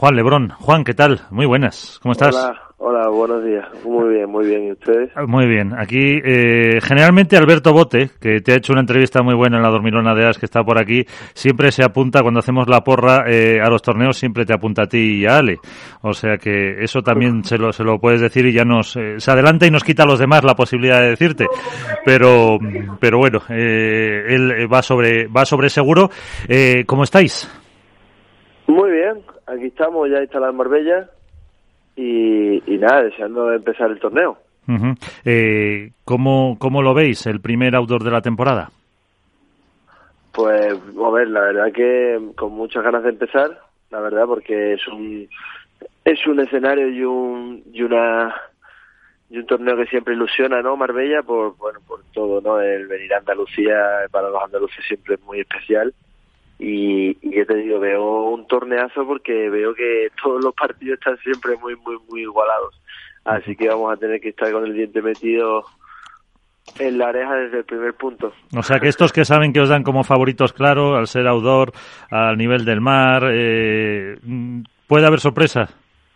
Juan Lebrón. Juan, ¿qué tal? Muy buenas, ¿cómo estás? Hola, buenos días. Muy bien. ¿Y ustedes? Muy bien. Aquí, generalmente Alberto Bote, que te ha hecho una entrevista muy buena en la Dormilona de As, que está por aquí, siempre se apunta, cuando hacemos la porra a los torneos, siempre te apunta a ti y a Ale. O sea que eso también se lo puedes decir y ya se adelanta y nos quita a los demás la posibilidad de decirte. Pero bueno, él va sobre seguro. ¿Cómo estáis? Muy bien. Aquí estamos ya instalados en Marbella. Y nada, deseando empezar el torneo. Uh-huh. ¿Cómo lo veis, el primer outdoor de la temporada? Pues, a ver, la verdad que con muchas ganas de empezar, la verdad, porque es un escenario y un torneo que siempre ilusiona, ¿no? Marbella, por todo, ¿no? El venir a Andalucía para los andaluces siempre es muy especial. Y yo te digo, veo un torneazo porque veo que todos los partidos están siempre muy igualados. Así que vamos a tener que estar con el diente metido en la oreja desde el primer punto. O sea que estos que saben que os dan como favoritos, claro, al ser outdoor, al nivel del mar, ¿puede haber sorpresa?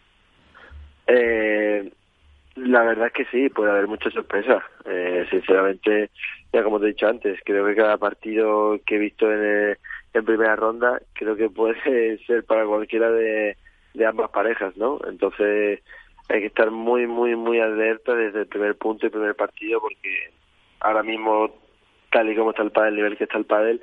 La verdad es que sí, puede haber muchas sorpresas. Sinceramente, ya como te he dicho antes, creo que cada partido que he visto en primera ronda, creo que puede ser para cualquiera de ambas parejas, ¿no? Entonces hay que estar muy alerta desde el primer punto y primer partido, porque ahora mismo, tal y como está el pádel, el nivel que está el pádel,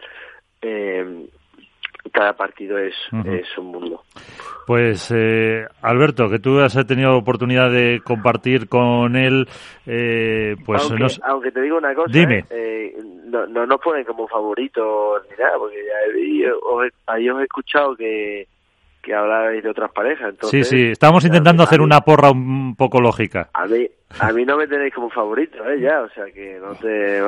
cada partido es un mundo. Pues Alberto, que tú has tenido oportunidad de compartir con él, pues aunque te digo una cosa, dime. No nos ponen como favoritos ni nada, porque ahí os he escuchado que hablabais de otras parejas. Entonces, sí, estamos intentando hacer una porra un poco lógica. A mí no me tenéis como favorito, ya, o sea que no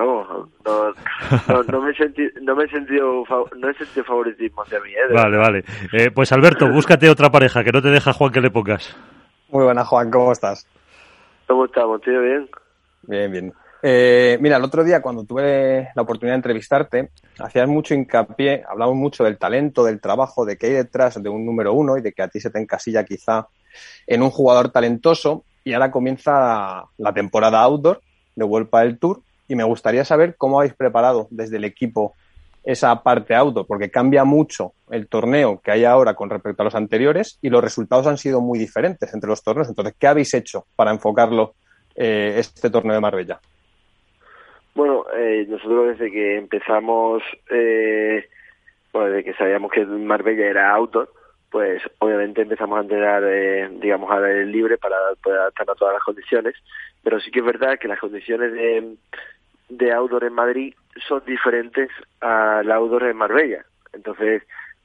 he sentido favoritismo hacia mí, Vale. Pues Alberto, búscate otra pareja, que no te deja Juan que le pongas. Muy buena, Juan, ¿cómo estás? ¿Cómo estamos, tío? ¿Bien? Bien. Mira, el otro día cuando tuve la oportunidad de entrevistarte, hacías mucho hincapié, hablamos mucho del talento, del trabajo, de qué hay detrás de un número uno y de que a ti se te encasilla quizá en un jugador talentoso, y ahora comienza la temporada outdoor de World Padel Tour y me gustaría saber cómo habéis preparado desde el equipo esa parte outdoor, porque cambia mucho el torneo que hay ahora con respecto a los anteriores y los resultados han sido muy diferentes entre los torneos. Entonces, ¿qué habéis hecho para enfocarlo este torneo de Marbella? Bueno, nosotros desde que empezamos, desde que sabíamos que Marbella era outdoor, pues obviamente empezamos a entrenar, digamos, al aire libre para poder adaptarnos a todas las condiciones, pero sí que es verdad que las condiciones de outdoor en Madrid son diferentes al outdoor en Marbella. Entonces,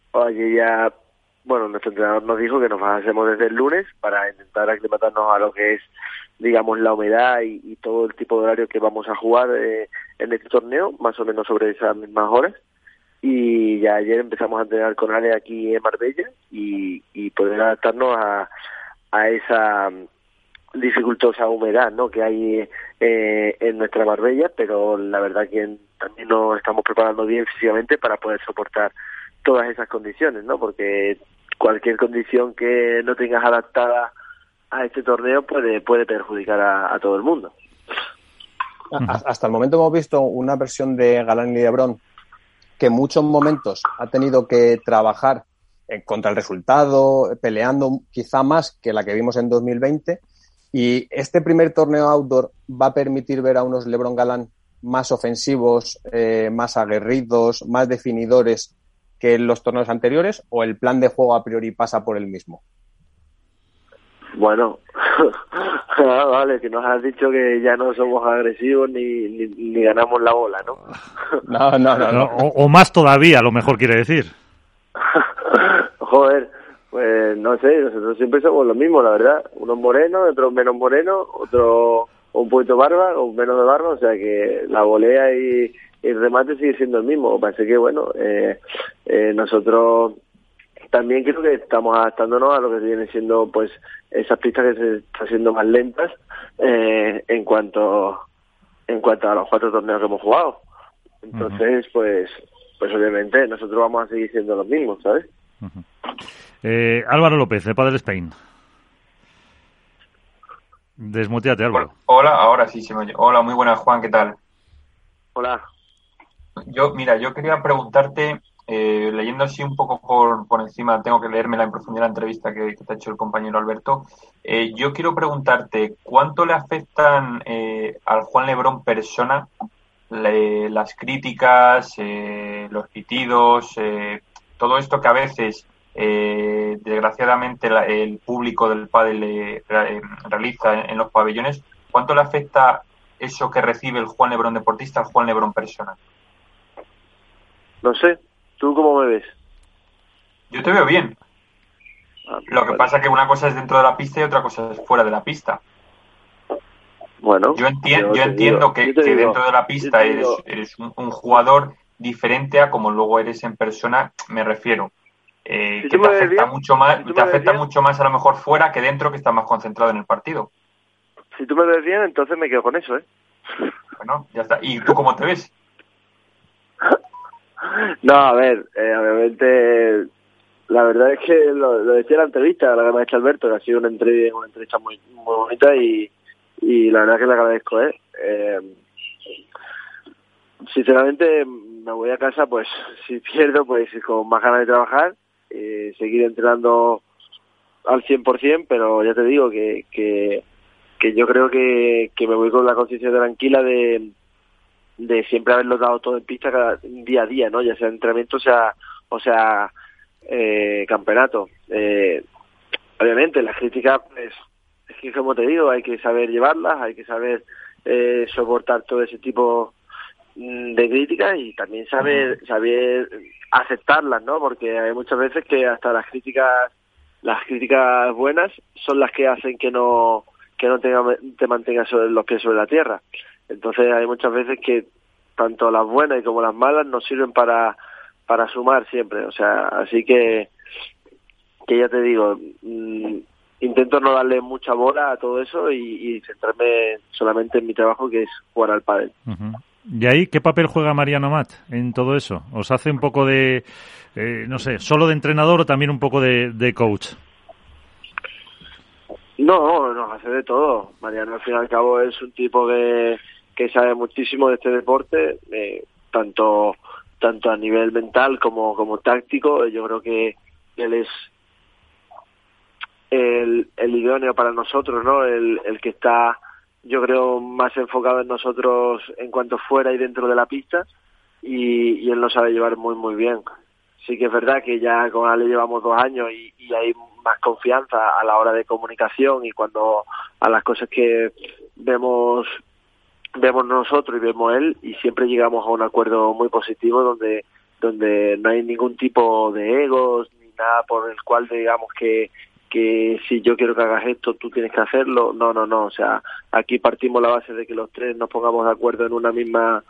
nuestro entrenador nos dijo que nos hacemos desde el lunes para intentar aclimatarnos a lo que es, digamos, la humedad y todo el tipo de horario que vamos a jugar en este torneo, más o menos sobre esas mismas horas. Y ya ayer empezamos a entrenar con Ale aquí en Marbella y poder adaptarnos a esa dificultosa humedad, ¿no?, que hay en nuestra Marbella, pero la verdad que también nos estamos preparando bien físicamente para poder soportar todas esas condiciones, ¿no?, porque cualquier condición que no tengas adaptada a este torneo puede perjudicar a todo el mundo. Hasta el momento hemos visto una versión de Galán y Lebrón que en muchos momentos ha tenido que trabajar contra el resultado, peleando quizá más que la que vimos en 2020. Y este primer torneo outdoor va a permitir ver a unos Lebrón Galán más ofensivos, más aguerridos, más definidores que en los torneos anteriores, ¿o el plan de juego a priori pasa por el mismo? Bueno, vale, que nos has dicho que ya no somos agresivos ni ganamos la bola, ¿no? No. O más todavía, a lo mejor quiere decir. Joder, pues no sé, nosotros siempre somos los mismos, la verdad. Unos morenos, otros menos morenos, otro un poquito barba o menos de barba, o sea que la volea y el remate sigue siendo el mismo. Parece que, bueno, nosotros también creo que estamos adaptándonos a lo que viene siendo, pues, esas pistas que se están haciendo más lentas en cuanto a los 4 torneos que hemos jugado. Entonces, pues obviamente nosotros vamos a seguir siendo los mismos, ¿sabes? Álvaro López, de Padel Spain. Desmuteate, Álvaro. Hola, ahora sí se me oye. Hola, muy buenas, Juan, ¿qué tal? Hola. Yo quería preguntarte, leyendo así un poco por encima, tengo que leérmela en profundidad la entrevista que te ha hecho el compañero Alberto. Yo quiero preguntarte, ¿cuánto le afectan al Juan Lebrón persona las críticas, los pitidos, todo esto que a veces, desgraciadamente, el público del pádel realiza en los pabellones? ¿Cuánto le afecta eso que recibe el Juan Lebrón deportista al Juan Lebrón persona? No sé, ¿tú cómo me ves? Yo te veo bien. Lo que pasa es que una cosa es dentro de la pista y otra cosa es fuera de la pista. Bueno, yo entiendo que dentro de la pista eres un jugador diferente a como luego eres en persona, me refiero. Que te afecta mucho más a lo mejor fuera que dentro, que estás más concentrado en el partido. Si tú me ves bien, entonces me quedo con eso, ¿eh? Bueno, ya está. ¿Y tú cómo te ves? No, a ver, obviamente, la verdad es que lo decía en la entrevista, la que me ha hecho Alberto, que ha sido una entrevista muy, muy bonita y la verdad que le agradezco, sinceramente me voy a casa, pues si pierdo, pues con más ganas de trabajar, seguir entrenando al 100%, pero ya te digo que yo creo que me voy con la conciencia tranquila de siempre haberlo dado todo en pista día a día, ¿no? Ya sea entrenamiento o sea campeonato. Obviamente las críticas, pues, es que como te digo, hay que saber llevarlas, hay que saber soportar todo ese tipo de críticas y también saber aceptarlas, ¿no? Porque hay muchas veces que hasta las críticas buenas son las que hacen que no te mantengas sobre los pies sobre la tierra. Entonces hay muchas veces que tanto las buenas como las malas nos sirven para sumar siempre, o sea, así que ya te digo, intento no darle mucha bola a todo eso y centrarme solamente en mi trabajo, que es jugar al pádel. Uh-huh. ¿Y ahí qué papel juega Mariano Amat en todo eso? ¿Os hace un poco de, no sé, solo de entrenador o también un poco de coach? No, nos hace de todo. Mariano, al fin y al cabo, es un tipo que sabe muchísimo de este deporte, tanto a nivel mental como táctico. Yo creo que él es el idóneo para nosotros, ¿no? El que está, yo creo, más enfocado en nosotros en cuanto fuera y dentro de la pista, y él lo sabe llevar muy, muy bien. Sí que es verdad que ya con Ale llevamos 2 años y hay más confianza a la hora de comunicación, y cuando a las cosas que vemos nosotros y vemos él, y siempre llegamos a un acuerdo muy positivo donde no hay ningún tipo de egos ni nada por el cual digamos que si yo quiero que hagas esto tú tienes que hacerlo. No, o sea, aquí partimos la base de que los tres nos pongamos de acuerdo en una misma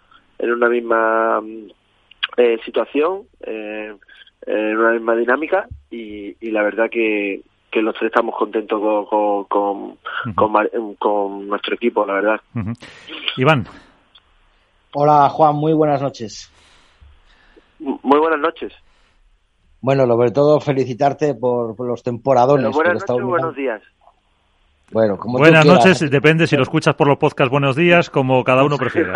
situación, en una misma dinámica, y la verdad que los tres estamos contentos con nuestro equipo, la verdad. Uh-huh. Iván. Hola, Juan, muy buenas noches. Muy buenas noches. Bueno, sobre todo felicitarte por los temporadones. Pero buenas noches o buenos días. Bueno, como buenas noches, depende si lo escuchas por los podcasts buenos días, como cada uno prefiera.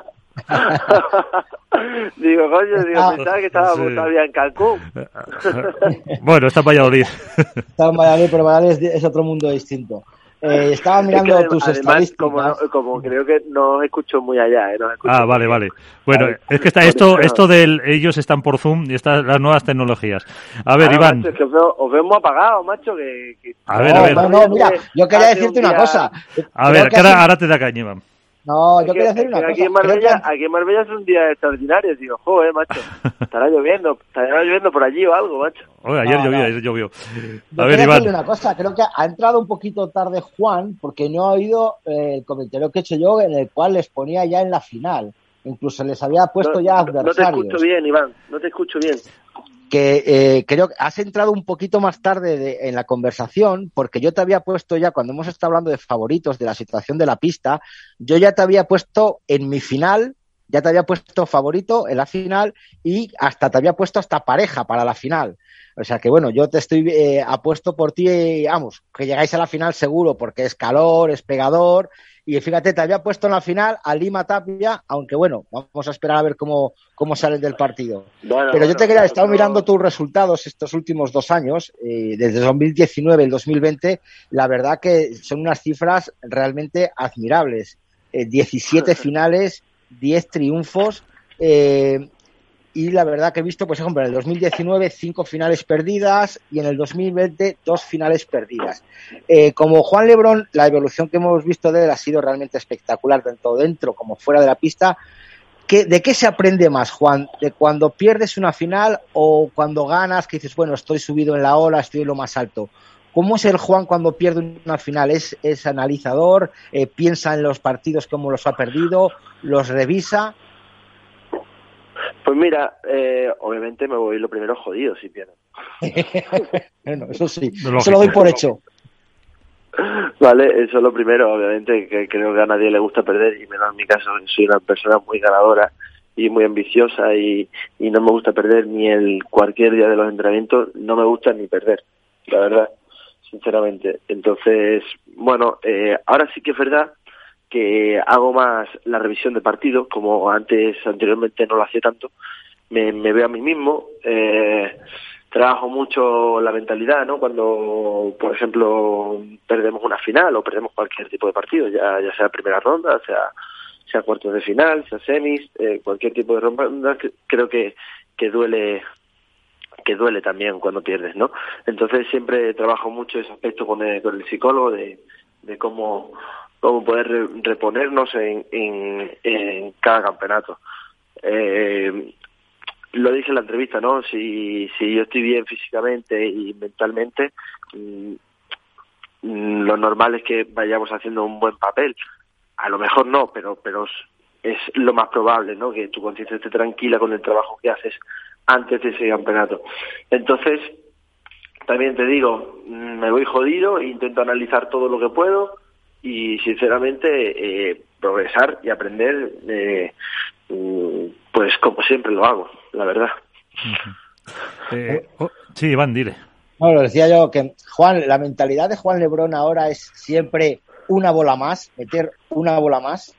Pensaba que estaba todavía en Cancún. Bueno, está en Valladolid. Está en Valladolid, pero Valladolid es otro mundo distinto. Estaba mirando tus estadísticas. Como creo que no escucho muy allá. Vale. Bueno, es que está esto del ellos están por Zoom y estas las nuevas tecnologías. A ver, Iván. Macho, es que os vemos apagados, macho. A ver. No, mira, yo quería decirte una cosa. A ver, que ahora te da caña, Iván. No, yo quería decir una cosa. Aquí en Marbella es un día extraordinario. Digo, joder, macho, estará lloviendo por allí o algo, macho. Oye, ayer llovió. A ver, Iván. Una cosa, creo que ha entrado un poquito tarde Juan, porque no ha oído el comentario que he hecho yo, en el cual les ponía ya en la final. Incluso les había puesto ya adversarios. No te escucho bien, Iván, no te escucho bien. Que creo que has entrado un poquito más tarde en la conversación, porque yo te había puesto ya, cuando hemos estado hablando de favoritos, de la situación de la pista, yo ya te había puesto en mi final, ya te había puesto favorito en la final y hasta te había puesto hasta pareja para la final. O sea que bueno, yo te estoy apuesto por ti, vamos, que llegáis a la final seguro, porque es calor, es pegador. Y fíjate, te había puesto en la final a Lima Tapia, aunque bueno, vamos a esperar a ver cómo salen del partido. Pero yo te quería, he estado mirando tus resultados estos últimos 2 años, desde 2019 y el 2020, la verdad que son unas cifras realmente admirables. 17 finales, 10 triunfos, y la verdad que he visto, por ejemplo, en el 2019 5 finales perdidas y en el 2020 2 finales perdidas. Como Juan Lebrón, la evolución que hemos visto de él ha sido realmente espectacular, tanto dentro como fuera de la pista. ¿De qué se aprende más, Juan? ¿De cuando pierdes una final o cuando ganas, que dices, bueno, estoy subido en la ola, estoy en lo más alto? ¿Cómo es el Juan cuando pierde una final? ¿Es analizador? ¿Piensa en los partidos cómo los ha perdido? ¿Los revisa? Pues mira, obviamente me voy lo primero jodido si pierdo. Bueno, eso sí, eso lo doy por hecho. Vale, eso es lo primero, obviamente, que creo que a nadie le gusta perder, y menos en mi caso, soy una persona muy ganadora y muy ambiciosa, y no me gusta perder ni cualquier día de los entrenamientos, no me gusta ni perder, la verdad, sinceramente. Entonces, bueno, ahora sí que es verdad que hago más la revisión de partidos, como anteriormente no lo hacía tanto. Me veo a mí mismo, trabajo mucho la mentalidad, ¿no? Cuando, por ejemplo, perdemos una final o perdemos cualquier tipo de partido, ya sea primera ronda, sea cuartos de final, sea semis, cualquier tipo de ronda, creo que duele también cuando pierdes, ¿no? Entonces siempre trabajo mucho ese aspecto con el psicólogo de cómo poder reponernos en cada campeonato. Lo dije en la entrevista, ¿no? Si yo estoy bien físicamente y mentalmente, lo normal es que vayamos haciendo un buen papel. A lo mejor no, pero es lo más probable, ¿no? Que tu conciencia esté tranquila con el trabajo que haces antes de ese campeonato. Entonces, también te digo, me voy jodido, intento analizar todo lo que puedo y, sinceramente, progresar y aprender, pues como siempre lo hago, la verdad. Sí, Iván, dile. Bueno, decía yo que, Juan, la mentalidad de Juan Lebrón ahora es siempre una bola más, meter una bola más.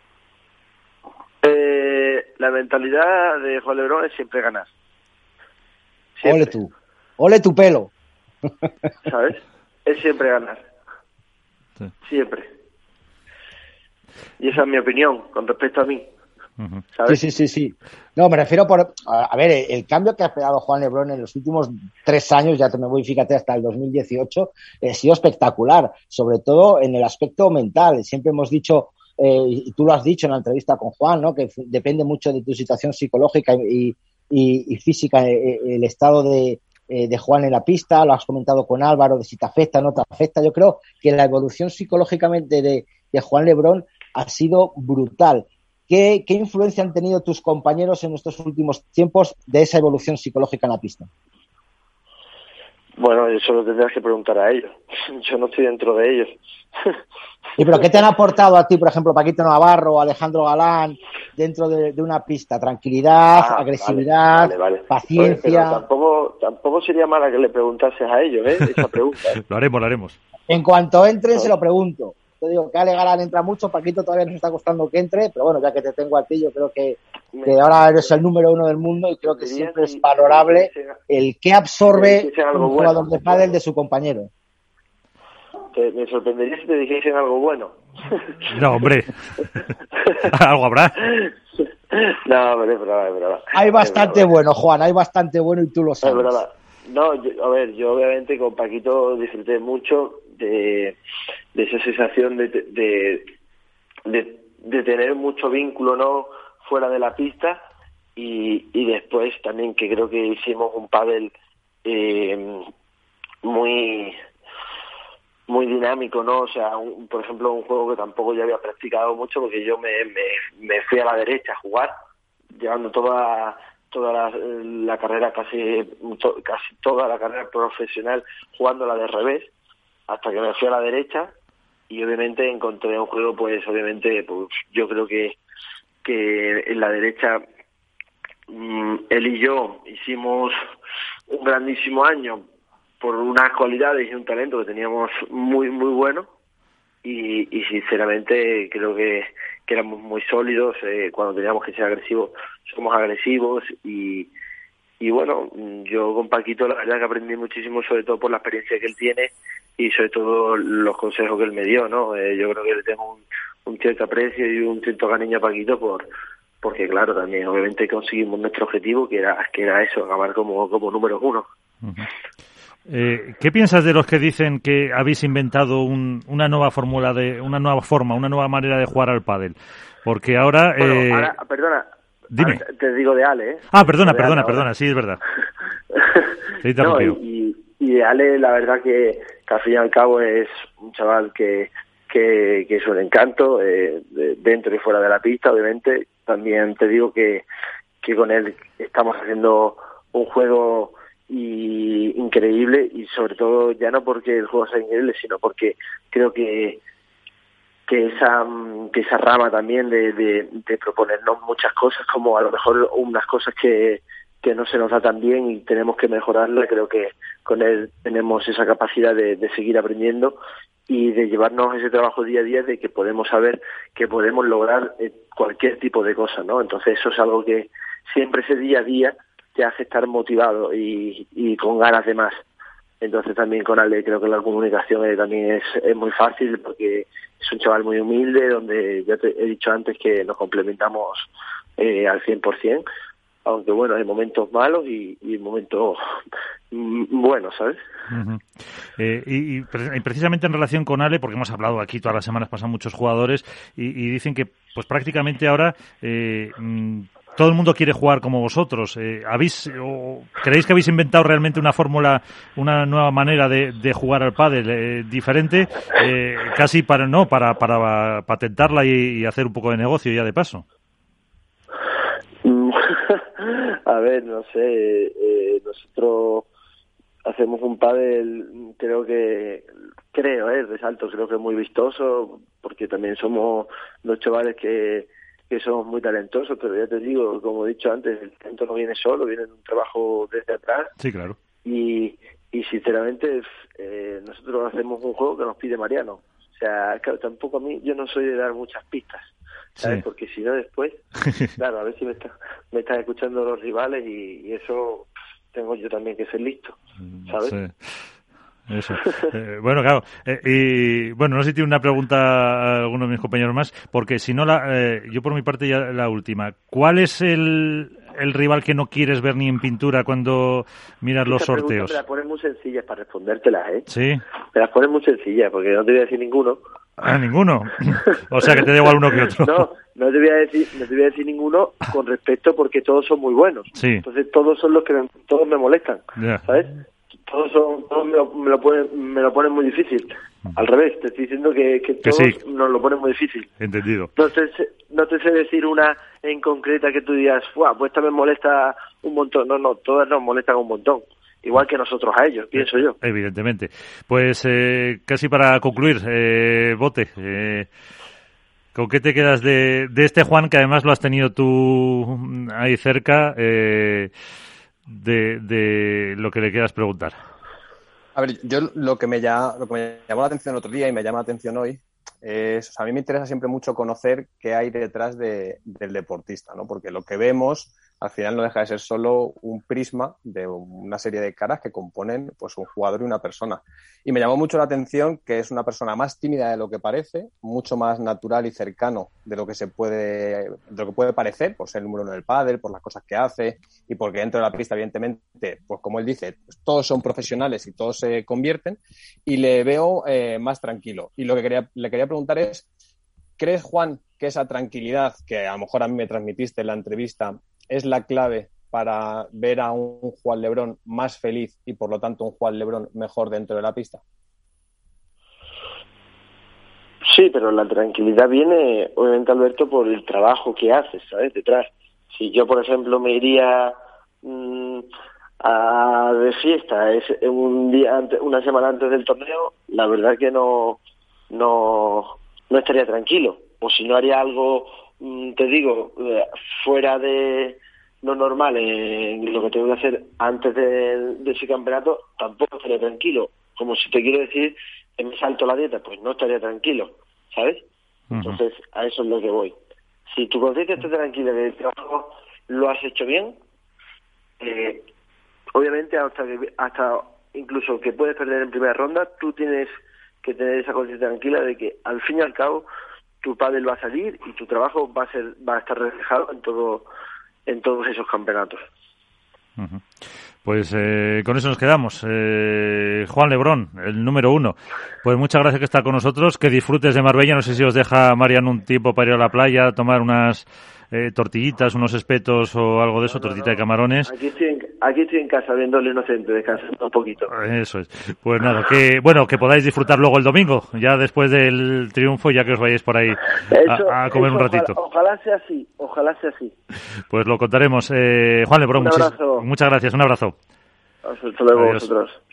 La mentalidad de Juan Lebrón es siempre ganar. Siempre. Ole tu pelo. ¿Sabes? Es siempre ganar. Sí. Siempre. Y esa es mi opinión con respecto a mí. Uh-huh. ¿Sabes? Sí. No, me refiero a ver, el cambio que ha pegado Juan Lebrón en los últimos 3 años, ya te me voy, fíjate, hasta el 2018, ha sido espectacular, sobre todo en el aspecto mental. Siempre hemos dicho, y tú lo has dicho en la entrevista con Juan, ¿no? Que depende mucho de tu situación psicológica y física, el estado de Juan en la pista. Lo has comentado con Álvaro, de si te afecta o no te afecta. Yo creo que la evolución psicológicamente de Juan Lebrón ha sido brutal. ¿Qué influencia han tenido tus compañeros en estos últimos tiempos de esa evolución psicológica en la pista? Bueno, eso lo tendrás que preguntar a ellos. Yo no estoy dentro de ellos. ¿Y pero qué te han aportado a ti, por ejemplo, Paquito Navarro o Alejandro Galán, dentro de una pista? Tranquilidad, agresividad, vale. paciencia. Oye, pero tampoco sería mala que le preguntases a ellos, esa pregunta. Lo haremos. En cuanto entren, se lo pregunto. Te digo que Ale Galán entra mucho, Paquito todavía nos está costando que entre, pero bueno, ya que te tengo a ti, yo creo que ahora eres el número 1 del mundo y creo que siempre es valorable el que absorbe un jugador de pádel de su compañero. Me sorprendería si te dijesen algo bueno. No, hombre. Algo habrá. No, hombre, es brava. Hay bastante bueno, Juan, hay bastante bueno y tú lo sabes. Es brava. No, yo obviamente con Paquito disfruté mucho de esa sensación de tener mucho vínculo, ¿no?, fuera de la pista, y después también que creo que hicimos un pádel muy dinámico, ¿no? O sea, por ejemplo, un juego que tampoco yo había practicado mucho, porque yo me fui a la derecha a jugar, llevando toda la carrera, casi toda la carrera profesional, jugándola de revés, hasta que me fui a la derecha, y obviamente encontré un juego, pues obviamente, pues yo creo que en la derecha él y yo hicimos un grandísimo año por unas cualidades y un talento que teníamos muy muy bueno, y sinceramente creo que éramos muy sólidos. Cuando teníamos que ser agresivos somos agresivos, y bueno, yo con Paquito la verdad que aprendí muchísimo, sobre todo por la experiencia que él tiene y sobre todo los consejos que él me dio, ¿no? Yo creo que le tengo un cierto aprecio y un cierto cariño a Paquito porque claro, también obviamente conseguimos nuestro objetivo, que era eso, acabar como número 1. Uh-huh. ¿Qué piensas de los que dicen que habéis inventado una nueva fórmula, una nueva manera de jugar al pádel? Porque ahora... Bueno, ahora, perdona, dime. Ahora te digo de Ale, ¿eh? Perdona, sí, es verdad. No, y de Ale, la verdad que al fin y al cabo es un chaval que es un encanto, dentro y fuera de la pista, obviamente. También te digo que con él estamos haciendo un juego increíble, y sobre todo ya no porque el juego sea increíble, sino porque creo que esa rama también de proponernos muchas cosas, como a lo mejor unas cosas que no se nos da tan bien y tenemos que mejorarla. Creo que con él tenemos esa capacidad de seguir aprendiendo y de llevarnos ese trabajo día a día, de que podemos saber que podemos lograr cualquier tipo de cosa, ¿no? Entonces eso es algo que siempre, ese día a día, te hace estar motivado y con ganas de más. Entonces también con Ale creo que la comunicación también es muy fácil, porque es un chaval muy humilde, donde ya te he dicho antes que nos complementamos al 100%, aunque bueno, hay momentos malos y momentos buenos, ¿sabes? Uh-huh. Y precisamente en relación con Ale, porque hemos hablado aquí todas las semanas, pasan muchos jugadores y dicen que pues prácticamente ahora todo el mundo quiere jugar como vosotros. ¿Creéis que habéis inventado realmente una fórmula, una nueva manera de jugar al pádel diferente, casi para patentarla y hacer un poco de negocio ya de paso? A ver, no sé, nosotros hacemos un pádel, resalto, creo que es muy vistoso, porque también somos los chavales que somos muy talentosos, pero ya te digo, como he dicho antes, el talento no viene solo, viene de un trabajo desde atrás. Sí, claro. Y sinceramente nosotros hacemos un juego que nos pide Mariano. O sea, claro, tampoco yo no soy de dar muchas pistas, ¿sabes? Sí. Porque si no después, claro, a ver si me están escuchando los rivales, y eso tengo yo también que ser listo, ¿sabes? Sí. Eso. Bueno, claro. Y bueno, no sé si tiene una pregunta a alguno de mis compañeros más, porque si no, yo por mi parte ya la última. ¿Cuál es el rival que no quieres ver ni en pintura cuando miras los sorteos? Me las pones muy sencillas para respondértelas, ¿eh? Sí. Me las pones muy sencillas, porque no te voy a decir ninguno. Ah, ninguno. O sea que te da igual uno que otro. No te voy a decir ninguno con respecto, porque todos son muy buenos. Sí. Entonces todos son los que todos me molestan, yeah. ¿Sabes? Todos me lo ponen muy difícil. Al revés, te estoy diciendo que todos sí. Nos lo ponen muy difícil. Entendido. No te sé decir una en concreta que tú digas, pues esta me molesta un montón. No, todas nos molestan un montón. Igual que nosotros a ellos, pienso yo. Evidentemente. Pues casi para concluir, Bote, ¿con qué te quedas de este Juan, que además lo has tenido tú ahí cerca, de lo que le quieras preguntar? A ver, yo lo que me llamó la atención el otro día y me llama la atención hoy es, a mí me interesa siempre mucho conocer qué hay detrás del deportista, ¿no? Porque lo que vemos al final no deja de ser solo un prisma de una serie de caras que componen pues un jugador y una persona. Y me llamó mucho la atención que es una persona más tímida de lo que parece, mucho más natural y cercano de lo que puede parecer, por ser el número 1 del pádel, por las cosas que hace y porque dentro de la pista, evidentemente, pues como él dice, pues todos son profesionales y todos se convierten, y le veo más tranquilo. Y lo que le quería preguntar es, ¿crees, Juan, que esa tranquilidad que a lo mejor a mí me transmitiste en la entrevista es la clave para ver a un Juan Lebrón más feliz y por lo tanto un Juan Lebrón mejor dentro de la pista? Sí, pero la tranquilidad viene, obviamente, Alberto, por el trabajo que haces, ¿sabes? Detrás. Si yo, por ejemplo, me iría de fiesta una semana antes del torneo, la verdad que no estaría tranquilo. O si no haría algo, te digo, fuera de lo normal en lo que tengo que hacer antes de ese campeonato, tampoco estaría tranquilo. Como si te quiero decir que me salto la dieta, pues no estaría tranquilo, ¿sabes? Entonces, a eso es lo que voy. Si tu conciencia está tranquila de que el trabajo lo has hecho bien, obviamente hasta incluso que puedes perder en primera ronda, tú tienes que tener esa conciencia tranquila de que al fin y al cabo tu pádel va a salir y tu trabajo va a estar reflejado en todos esos campeonatos. Pues con eso nos quedamos. Juan Lebrón, el número 1. Pues muchas gracias que está con nosotros. Que disfrutes de Marbella. No sé si os deja Mariano un tiempo para ir a la playa, tomar unas tortillitas, unos espetos o algo de eso, tortita de camarones. Aquí estoy en casa viendo El Inocente, descansando un poquito. Eso es. Pues nada, que podáis disfrutar luego el domingo, ya después del triunfo, ya que os vayáis por ahí a comer un ratito. Ojalá sea así. Pues lo contaremos. Juan Lebrón, muchas gracias, un abrazo. Hasta luego. Adiós. Vosotros.